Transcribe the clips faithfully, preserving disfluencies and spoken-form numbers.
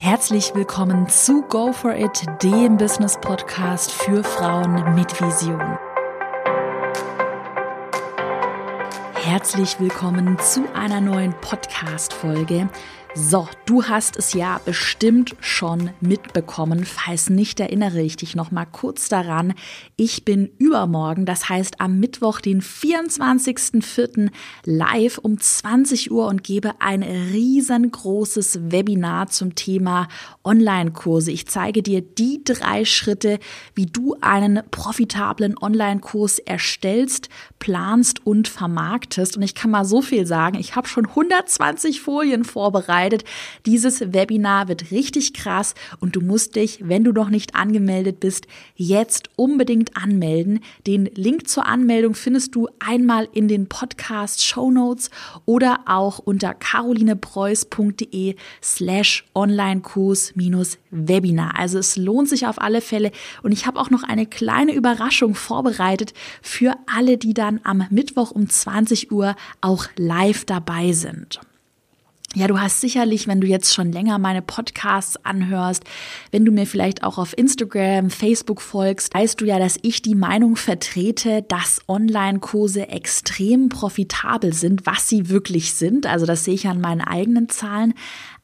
Herzlich willkommen zu Go For It, dem Business-Podcast für Frauen mit Vision. Herzlich willkommen zu einer neuen Podcast-Folge. So, du hast es ja bestimmt schon mitbekommen. Falls nicht, erinnere ich dich noch mal kurz daran. Ich bin übermorgen, das heißt am Mittwoch, den vierundzwanzigsten vierten live um zwanzig Uhr und gebe ein riesengroßes Webinar zum Thema Online-Kurse. Ich zeige dir die drei Schritte, wie du einen profitablen Online-Kurs erstellst, planst und vermarktest. Und ich kann mal so viel sagen, ich habe schon hundertzwanzig Folien vorbereitet. Dieses Webinar wird richtig krass und du musst dich, wenn du noch nicht angemeldet bist, jetzt unbedingt anmelden. Den Link zur Anmeldung findest du einmal in den Podcast-Shownotes oder auch unter carolinepreuß.de slash Onlinekurs minus Webinar. Also es lohnt sich auf alle Fälle und ich habe auch noch eine kleine Überraschung vorbereitet für alle, die dann am Mittwoch um zwanzig Uhr auch live dabei sind. Ja, du hast sicherlich, wenn du jetzt schon länger meine Podcasts anhörst, wenn du mir vielleicht auch auf Instagram, Facebook folgst, weißt du ja, dass ich die Meinung vertrete, dass Online-Kurse extrem profitabel sind, was sie wirklich sind. Also das sehe ich an meinen eigenen Zahlen.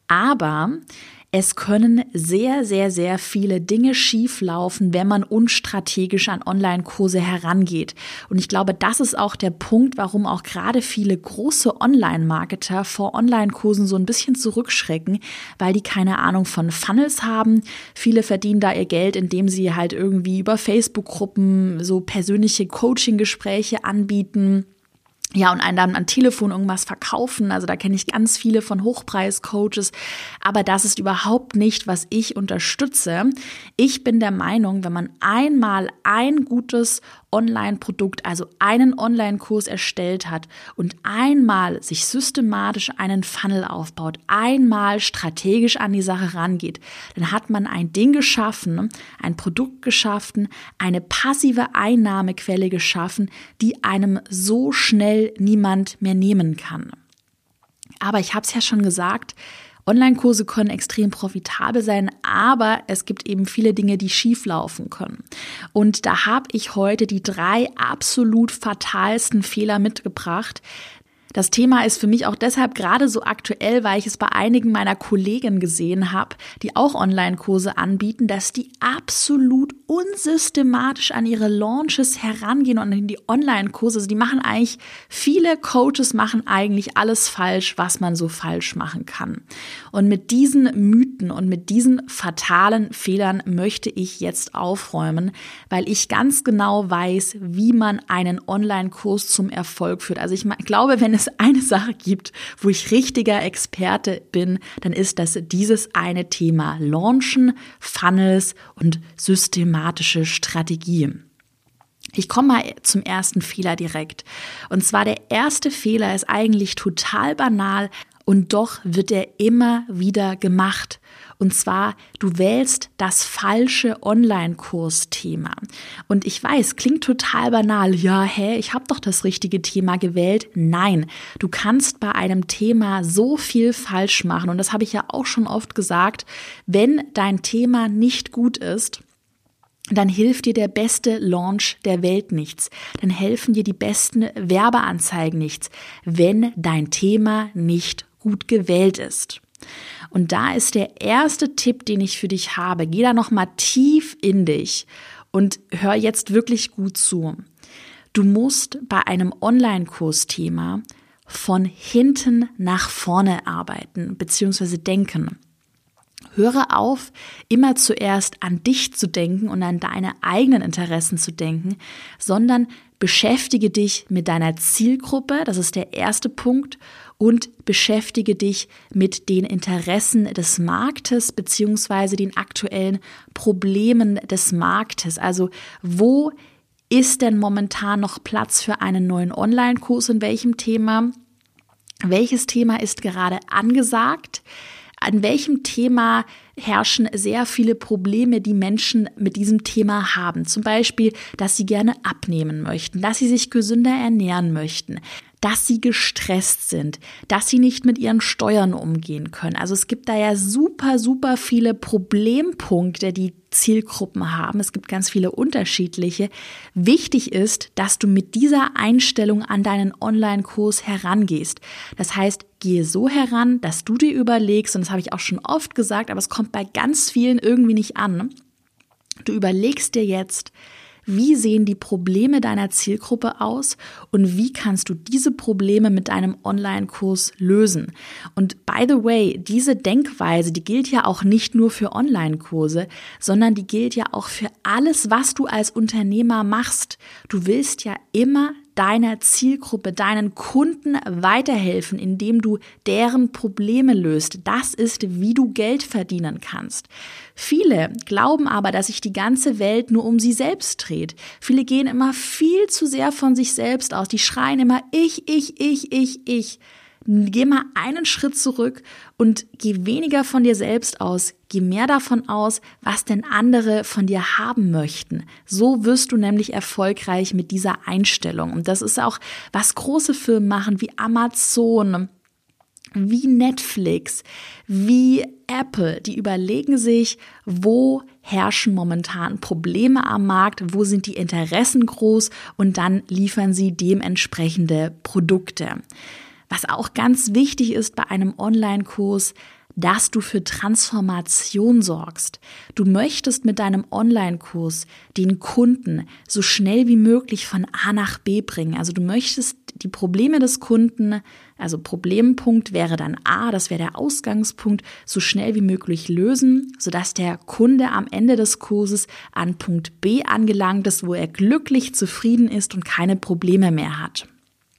Aber es können sehr, sehr, sehr viele Dinge schieflaufen, wenn man unstrategisch an Online-Kurse herangeht. Und ich glaube, das ist auch der Punkt, warum auch gerade viele große Online-Marketer vor Online-Kursen so ein bisschen zurückschrecken, weil die keine Ahnung von Funnels haben. Viele verdienen da ihr Geld, indem sie halt irgendwie über Facebook-Gruppen so persönliche Coaching-Gespräche anbieten. Ja, und einen dann am Telefon irgendwas verkaufen. Also da kenne ich ganz viele von Hochpreis-Coaches. Aber das ist überhaupt nicht, was ich unterstütze. Ich bin der Meinung, wenn man einmal ein gutes Online-Produkt, also einen Online-Kurs erstellt hat und einmal sich systematisch einen Funnel aufbaut, einmal strategisch an die Sache rangeht, dann hat man ein Ding geschaffen, ein Produkt geschaffen, eine passive Einnahmequelle geschaffen, die einem so schnell niemand mehr nehmen kann. Aber ich habe es ja schon gesagt, Online-Kurse können extrem profitabel sein, aber es gibt eben viele Dinge, die schief laufen können. Und da habe ich heute die drei absolut fatalsten Fehler mitgebracht. Das Thema ist für mich auch deshalb gerade so aktuell, weil ich es bei einigen meiner Kollegen gesehen habe, die auch Online-Kurse anbieten, dass die absolut unsystematisch an ihre Launches herangehen und in die Online-Kurse. Also die machen eigentlich, viele Coaches machen eigentlich alles falsch, was man so falsch machen kann. Und mit diesen Mythen und mit diesen fatalen Fehlern möchte ich jetzt aufräumen, weil ich ganz genau weiß, wie man einen Online-Kurs zum Erfolg führt. Also ich glaube, wenn es eine Sache gibt, wo ich richtiger Experte bin, dann ist das dieses eine Thema: Launchen, Funnels und systematische Strategien. Ich komme mal zum ersten Fehler direkt. Und zwar der erste Fehler ist eigentlich total banal und doch wird er immer wieder gemacht. Und zwar, du wählst das falsche Online-Kursthema. Und ich weiß, klingt total banal. Ja, hä, ich habe doch das richtige Thema gewählt. Nein, du kannst bei einem Thema so viel falsch machen. Und das habe ich ja auch schon oft gesagt. Wenn dein Thema nicht gut ist, dann hilft dir der beste Launch der Welt nichts. Dann helfen dir die besten Werbeanzeigen nichts, wenn dein Thema nicht gut gewählt ist. Und da ist der erste Tipp, den ich für dich habe. Geh da nochmal tief in dich und hör jetzt wirklich gut zu. Du musst bei einem Online-Kursthema von hinten nach vorne arbeiten bzw. denken. Höre auf, immer zuerst an dich zu denken und an deine eigenen Interessen zu denken, sondern beschäftige dich mit deiner Zielgruppe, das ist der erste Punkt, und beschäftige dich mit den Interessen des Marktes beziehungsweise den aktuellen Problemen des Marktes. Also wo ist denn momentan noch Platz für einen neuen Online-Kurs, in welchem Thema? Welches Thema ist gerade angesagt? An welchem Thema herrschen sehr viele Probleme, die Menschen mit diesem Thema haben. Zum Beispiel, dass sie gerne abnehmen möchten, dass sie sich gesünder ernähren möchten, dass sie gestresst sind, dass sie nicht mit ihren Steuern umgehen können. Also es gibt da ja super, super viele Problempunkte, die Zielgruppen haben. Es gibt ganz viele unterschiedliche. Wichtig ist, dass du mit dieser Einstellung an deinen Online-Kurs herangehst. Das heißt, gehe so heran, dass du dir überlegst, und das habe ich auch schon oft gesagt, aber es kommt bei ganz vielen irgendwie nicht an. Du überlegst dir jetzt, wie sehen die Probleme deiner Zielgruppe aus und wie kannst du diese Probleme mit deinem Online-Kurs lösen? Und by the way, diese Denkweise, die gilt ja auch nicht nur für Online-Kurse, sondern die gilt ja auch für alles, was du als Unternehmer machst. Du willst ja immer deiner Zielgruppe, deinen Kunden weiterhelfen, indem du deren Probleme löst. Das ist, wie du Geld verdienen kannst. Viele glauben aber, dass sich die ganze Welt nur um sie selbst dreht. Viele gehen immer viel zu sehr von sich selbst aus. Die schreien immer ich, ich, ich, ich, ich. Geh mal einen Schritt zurück und geh weniger von dir selbst aus. Geh mehr davon aus, was denn andere von dir haben möchten. So wirst du nämlich erfolgreich mit dieser Einstellung. Und das ist auch, was große Firmen machen, wie Amazon, wie Netflix, wie Apple. Die überlegen sich, wo herrschen momentan Probleme am Markt, wo sind die Interessen groß und dann liefern sie dementsprechende Produkte. Was auch ganz wichtig ist bei einem Online-Kurs, dass du für Transformation sorgst. Du möchtest mit deinem Online-Kurs den Kunden so schnell wie möglich von A nach B bringen. Also du möchtest die Probleme des Kunden, also Problempunkt wäre dann A, das wäre der Ausgangspunkt, so schnell wie möglich lösen, sodass der Kunde am Ende des Kurses an Punkt B angelangt ist, wo er glücklich, zufrieden ist und keine Probleme mehr hat.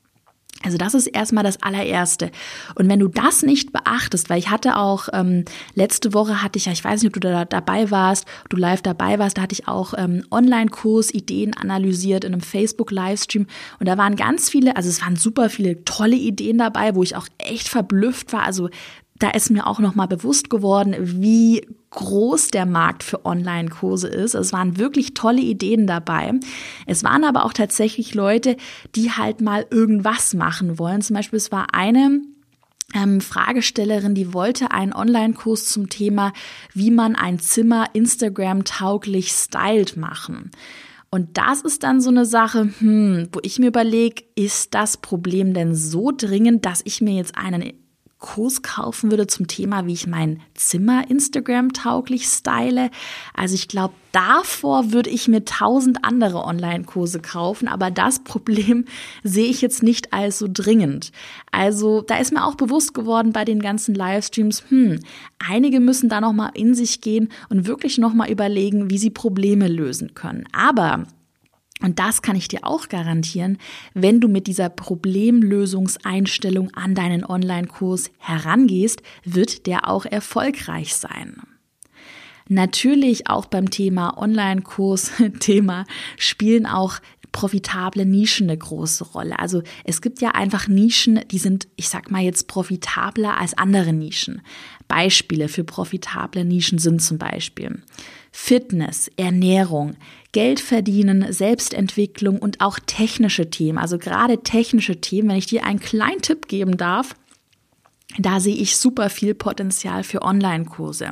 Also das ist erstmal das allererste. Und wenn du das nicht beachtest, weil ich hatte auch, ähm, letzte Woche hatte ich, ja, ich weiß nicht, ob du da dabei warst, du live dabei warst, da hatte ich auch ähm, Online-Kurs-Ideen analysiert in einem Facebook-Livestream und da waren ganz viele, also es waren super viele tolle Ideen dabei, wo ich auch echt verblüfft war, also da ist mir auch nochmal bewusst geworden, wie groß der Markt für Online-Kurse ist. Es waren wirklich tolle Ideen dabei. Es waren aber auch tatsächlich Leute, die halt mal irgendwas machen wollen. Zum Beispiel, es war eine ähm, Fragestellerin, die wollte einen Online-Kurs zum Thema, wie man ein Zimmer Instagram-tauglich stylt machen. Und das ist dann so eine Sache, hm, wo ich mir überlege, ist das Problem denn so dringend, dass ich mir jetzt einen Kurs kaufen würde zum Thema, wie ich mein Zimmer Instagram-tauglich style. Also ich glaube, davor würde ich mir tausend andere Online-Kurse kaufen, aber das Problem sehe ich jetzt nicht als so dringend. Also da ist mir auch bewusst geworden bei den ganzen Livestreams, hm, einige müssen da nochmal in sich gehen und wirklich nochmal überlegen, wie sie Probleme lösen können. Aber und das kann ich dir auch garantieren, wenn du mit dieser Problemlösungseinstellung an deinen Online-Kurs herangehst, wird der auch erfolgreich sein. Natürlich auch beim Thema Online-Kurs-Thema spielen auch profitable Nischen eine große Rolle. Also es gibt ja einfach Nischen, die sind, ich sag mal jetzt, profitabler als andere Nischen. Beispiele für profitable Nischen sind zum Beispiel Fitness, Ernährung, Geld verdienen, Selbstentwicklung und auch technische Themen. Also gerade technische Themen, wenn ich dir einen kleinen Tipp geben darf, da sehe ich super viel Potenzial für Online-Kurse.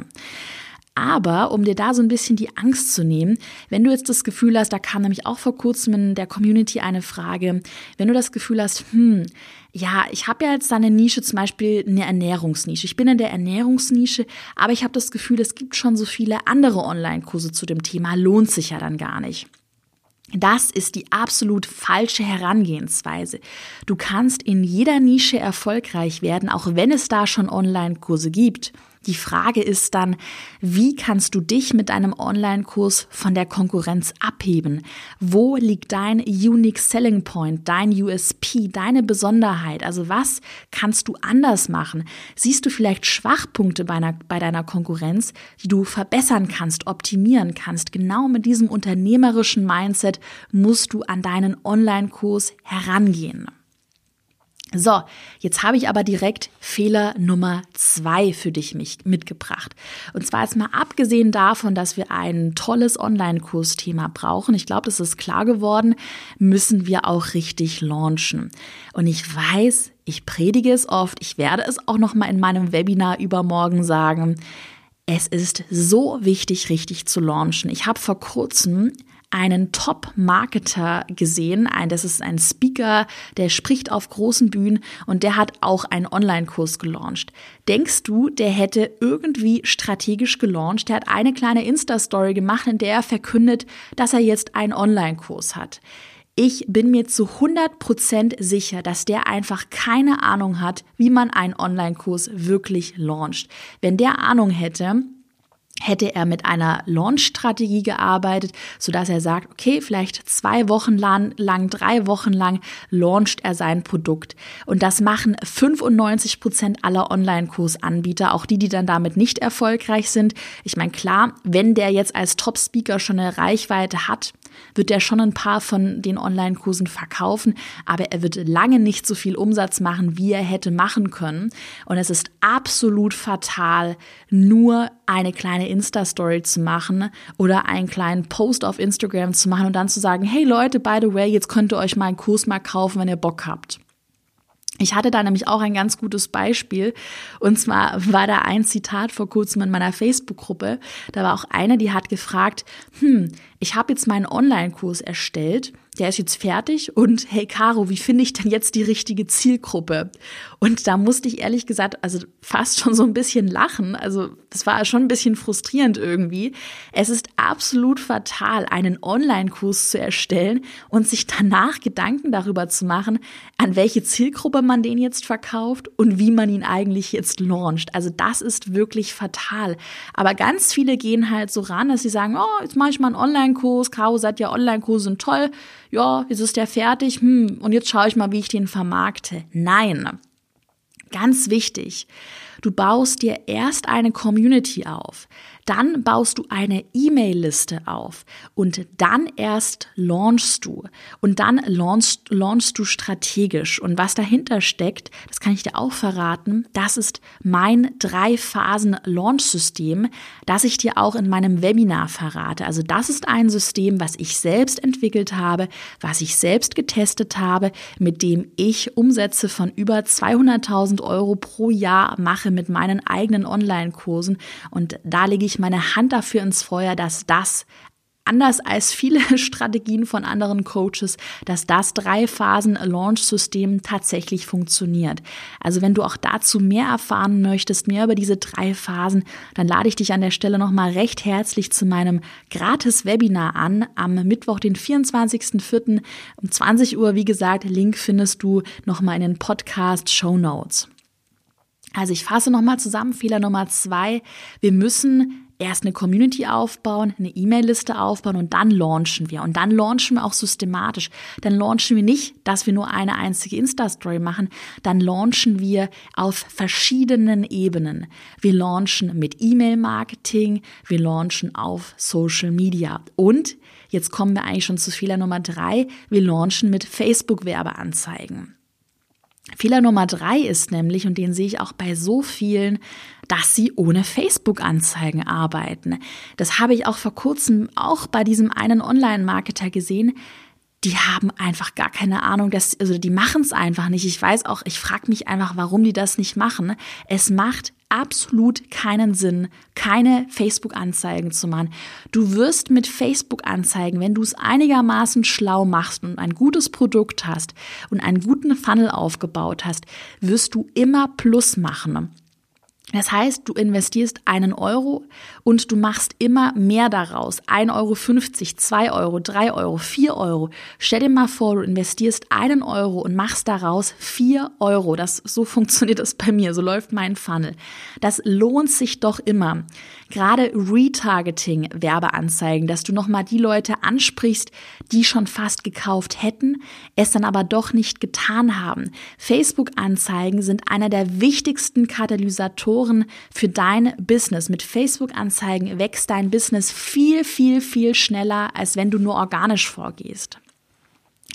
Aber um dir da so ein bisschen die Angst zu nehmen, wenn du jetzt das Gefühl hast, da kam nämlich auch vor kurzem in der Community eine Frage, wenn du das Gefühl hast, hm, ja, ich habe ja jetzt da eine Nische, zum Beispiel eine Ernährungsnische. Ich bin in der Ernährungsnische, aber ich habe das Gefühl, es gibt schon so viele andere Online-Kurse zu dem Thema, lohnt sich ja dann gar nicht. Das ist die absolut falsche Herangehensweise. Du kannst in jeder Nische erfolgreich werden, auch wenn es da schon Online-Kurse gibt. Die Frage ist dann, wie kannst du dich mit deinem Online-Kurs von der Konkurrenz abheben? Wo liegt dein Unique Selling Point, dein U S P, deine Besonderheit? Also was kannst du anders machen? Siehst du vielleicht Schwachpunkte bei, einer, bei deiner Konkurrenz, die du verbessern kannst, optimieren kannst? Genau mit diesem unternehmerischen Mindset musst du an deinen Online-Kurs herangehen. So, jetzt habe ich aber direkt Fehler Nummer zwei für dich mich mitgebracht. Und zwar jetzt mal abgesehen davon, dass wir ein tolles Online-Kursthema brauchen, ich glaube, das ist klar geworden, müssen wir auch richtig launchen. Und ich weiß, ich predige es oft, ich werde es auch noch mal in meinem Webinar übermorgen sagen, es ist so wichtig, richtig zu launchen. Ich habe vor kurzem einen Top-Marketer gesehen, ein, das ist ein Speaker, der spricht auf großen Bühnen und der hat auch einen Online-Kurs gelauncht. Denkst du, der hätte irgendwie strategisch gelauncht? Der hat eine kleine Insta-Story gemacht, in der er verkündet, dass er jetzt einen Online-Kurs hat. Ich bin mir zu hundert Prozent sicher, dass der einfach keine Ahnung hat, wie man einen Online-Kurs wirklich launcht. Wenn der Ahnung hätte, hätte er mit einer Launch-Strategie gearbeitet, sodass er sagt, okay, vielleicht zwei Wochen lang, lang, drei Wochen lang launcht er sein Produkt. Und das machen fünfundneunzig Prozent aller Online-Kursanbieter, auch die, die dann damit nicht erfolgreich sind. Ich meine, klar, wenn der jetzt als Top-Speaker schon eine Reichweite hat, wird er schon ein paar von den Online-Kursen verkaufen, aber er wird lange nicht so viel Umsatz machen, wie er hätte machen können. Und es ist absolut fatal, nur eine kleine Insta-Story zu machen oder einen kleinen Post auf Instagram zu machen und dann zu sagen, hey Leute, by the way, jetzt könnt ihr euch mal einen Kurs mal kaufen, wenn ihr Bock habt. Ich hatte da nämlich auch ein ganz gutes Beispiel und zwar war da ein Zitat vor kurzem in meiner Facebook-Gruppe. Da war auch eine, die hat gefragt, hm, ich habe jetzt meinen Online-Kurs erstellt, der ist jetzt fertig und hey Caro, wie finde ich denn jetzt die richtige Zielgruppe? Und da musste ich ehrlich gesagt, also fast schon so ein bisschen lachen, also das war schon ein bisschen frustrierend irgendwie. Es ist absolut fatal, einen Online-Kurs zu erstellen und sich danach Gedanken darüber zu machen, an welche Zielgruppe man den jetzt verkauft und wie man ihn eigentlich jetzt launcht. Also das ist wirklich fatal. Aber ganz viele gehen halt so ran, dass sie sagen, oh, jetzt mache ich mal einen Online-Kurs, Caro sagt ja, Online-Kurse sind toll, ja, jetzt ist der fertig, hm, und jetzt schaue ich mal, wie ich den vermarkte. Nein, ganz wichtig, du baust dir erst eine Community auf, dann baust du eine E-Mail-Liste auf und dann erst launchst du und dann launchst, launchst du strategisch. Und was dahinter steckt, das kann ich dir auch verraten, das ist mein Drei-Phasen-Launch-System, das ich dir auch in meinem Webinar verrate. Also das ist ein System, was ich selbst entwickelt habe, was ich selbst getestet habe, mit dem ich Umsätze von über zweihunderttausend Euro pro Jahr mache mit meinen eigenen Online-Kursen. Und da lege ich meine Hand dafür ins Feuer, dass das, anders als viele Strategien von anderen Coaches, dass das Drei-Phasen-Launch-System tatsächlich funktioniert. Also wenn du auch dazu mehr erfahren möchtest, mehr über diese drei Phasen, dann lade ich dich an der Stelle nochmal recht herzlich zu meinem Gratis-Webinar an, am Mittwoch, den vierundzwanzigsten vierten um zwanzig Uhr. Wie gesagt, Link findest du nochmal in den Podcast-Shownotes. Also ich fasse nochmal zusammen, Fehler Nummer zwei, wir müssen erst eine Community aufbauen, eine E-Mail-Liste aufbauen und dann launchen wir. Und dann launchen wir auch systematisch. Dann launchen wir nicht, dass wir nur eine einzige Insta-Story machen, dann launchen wir auf verschiedenen Ebenen. Wir launchen mit E-Mail-Marketing, wir launchen auf Social Media und jetzt kommen wir eigentlich schon zu Fehler Nummer drei, wir launchen mit Facebook-Werbeanzeigen. Fehler Nummer drei ist nämlich, und den sehe ich auch bei so vielen, dass sie ohne Facebook-Anzeigen arbeiten. Das habe ich auch vor kurzem auch bei diesem einen Online-Marketer gesehen. Die haben einfach gar keine Ahnung, dass, also die machen es einfach nicht. Ich weiß auch, ich frage mich einfach, warum die das nicht machen. Es macht absolut keinen Sinn, keine Facebook-Anzeigen zu machen. Du wirst mit Facebook-Anzeigen, wenn du es einigermaßen schlau machst und ein gutes Produkt hast und einen guten Funnel aufgebaut hast, wirst du immer Plus machen. Das heißt, du investierst einen Euro und du machst immer mehr daraus. ein Euro fünfzig, zwei Euro, drei Euro, vier Euro. Stell dir mal vor, du investierst einen Euro und machst daraus vier Euro. Das, so funktioniert das bei mir, so läuft mein Funnel. Das lohnt sich doch immer. Gerade Retargeting, Werbeanzeigen, dass du nochmal die Leute ansprichst, die schon fast gekauft hätten, es dann aber doch nicht getan haben. Facebook-Anzeigen sind einer der wichtigsten Katalysatoren für dein Business. Mit Facebook-Anzeigen wächst dein Business viel, viel, viel schneller, als wenn du nur organisch vorgehst.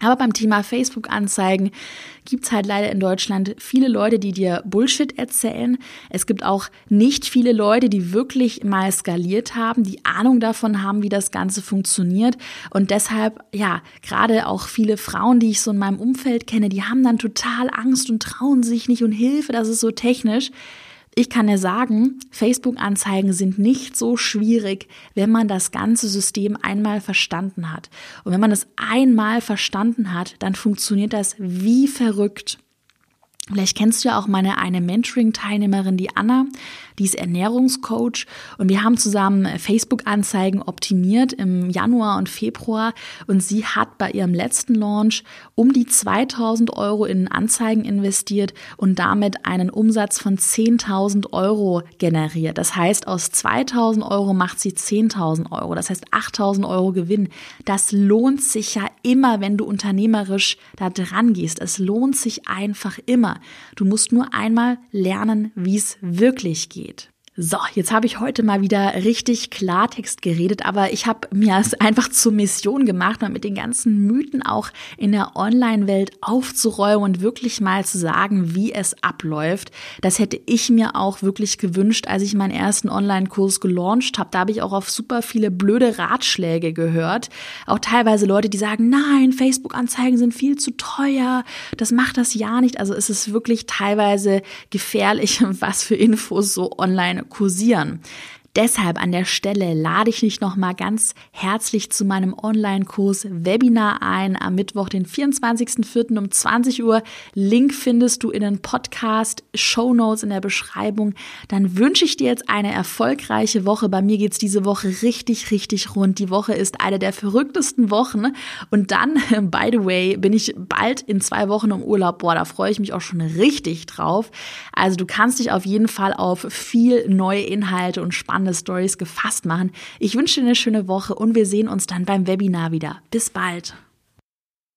Aber beim Thema Facebook-Anzeigen gibt's halt leider in Deutschland viele Leute, die dir Bullshit erzählen. Es gibt auch nicht viele Leute, die wirklich mal skaliert haben, die Ahnung davon haben, wie das Ganze funktioniert. Und deshalb, ja, gerade auch viele Frauen, die ich so in meinem Umfeld kenne, die haben dann total Angst und trauen sich nicht und Hilfe, das ist so technisch. Ich kann dir sagen, Facebook-Anzeigen sind nicht so schwierig, wenn man das ganze System einmal verstanden hat. Und wenn man es einmal verstanden hat, dann funktioniert das wie verrückt. Vielleicht kennst du ja auch meine eine Mentoring-Teilnehmerin, die Anna, die ist Ernährungscoach und wir haben zusammen Facebook-Anzeigen optimiert im Januar und Februar und sie hat bei ihrem letzten Launch um die zweitausend Euro in Anzeigen investiert und damit einen Umsatz von zehntausend Euro generiert. Das heißt, aus zweitausend Euro macht sie zehntausend Euro, das heißt achttausend Euro Gewinn. Das lohnt sich ja immer, wenn du unternehmerisch da dran gehst. Es lohnt sich einfach immer. Du musst nur einmal lernen, wie es wirklich geht. So, jetzt habe ich heute mal wieder richtig Klartext geredet, aber ich habe mir es einfach zur Mission gemacht, mal mit den ganzen Mythen auch in der Online-Welt aufzuräumen und wirklich mal zu sagen, wie es abläuft. Das hätte ich mir auch wirklich gewünscht, als ich meinen ersten Online-Kurs gelauncht habe. Da habe ich auch auf super viele blöde Ratschläge gehört. Auch teilweise Leute, die sagen, nein, Facebook-Anzeigen sind viel zu teuer, das macht das ja nicht. Also es ist wirklich teilweise gefährlich, was für Infos so online kursieren. Deshalb an der Stelle lade ich dich nochmal ganz herzlich zu meinem Online-Kurs Webinar ein am Mittwoch, den vierundzwanzigsten vierten um zwanzig Uhr. Link findest du in den Podcast, Shownotes in der Beschreibung. Dann wünsche ich dir jetzt eine erfolgreiche Woche. Bei mir geht's diese Woche richtig, richtig rund. Die Woche ist eine der verrücktesten Wochen. Und dann, by the way, bin ich bald in zwei Wochen im Urlaub. Boah, da freue ich mich auch schon richtig drauf. Also du kannst dich auf jeden Fall auf viel neue Inhalte und spannende Stories gefasst machen. Ich wünsche dir eine schöne Woche und wir sehen uns dann beim Webinar wieder. Bis bald.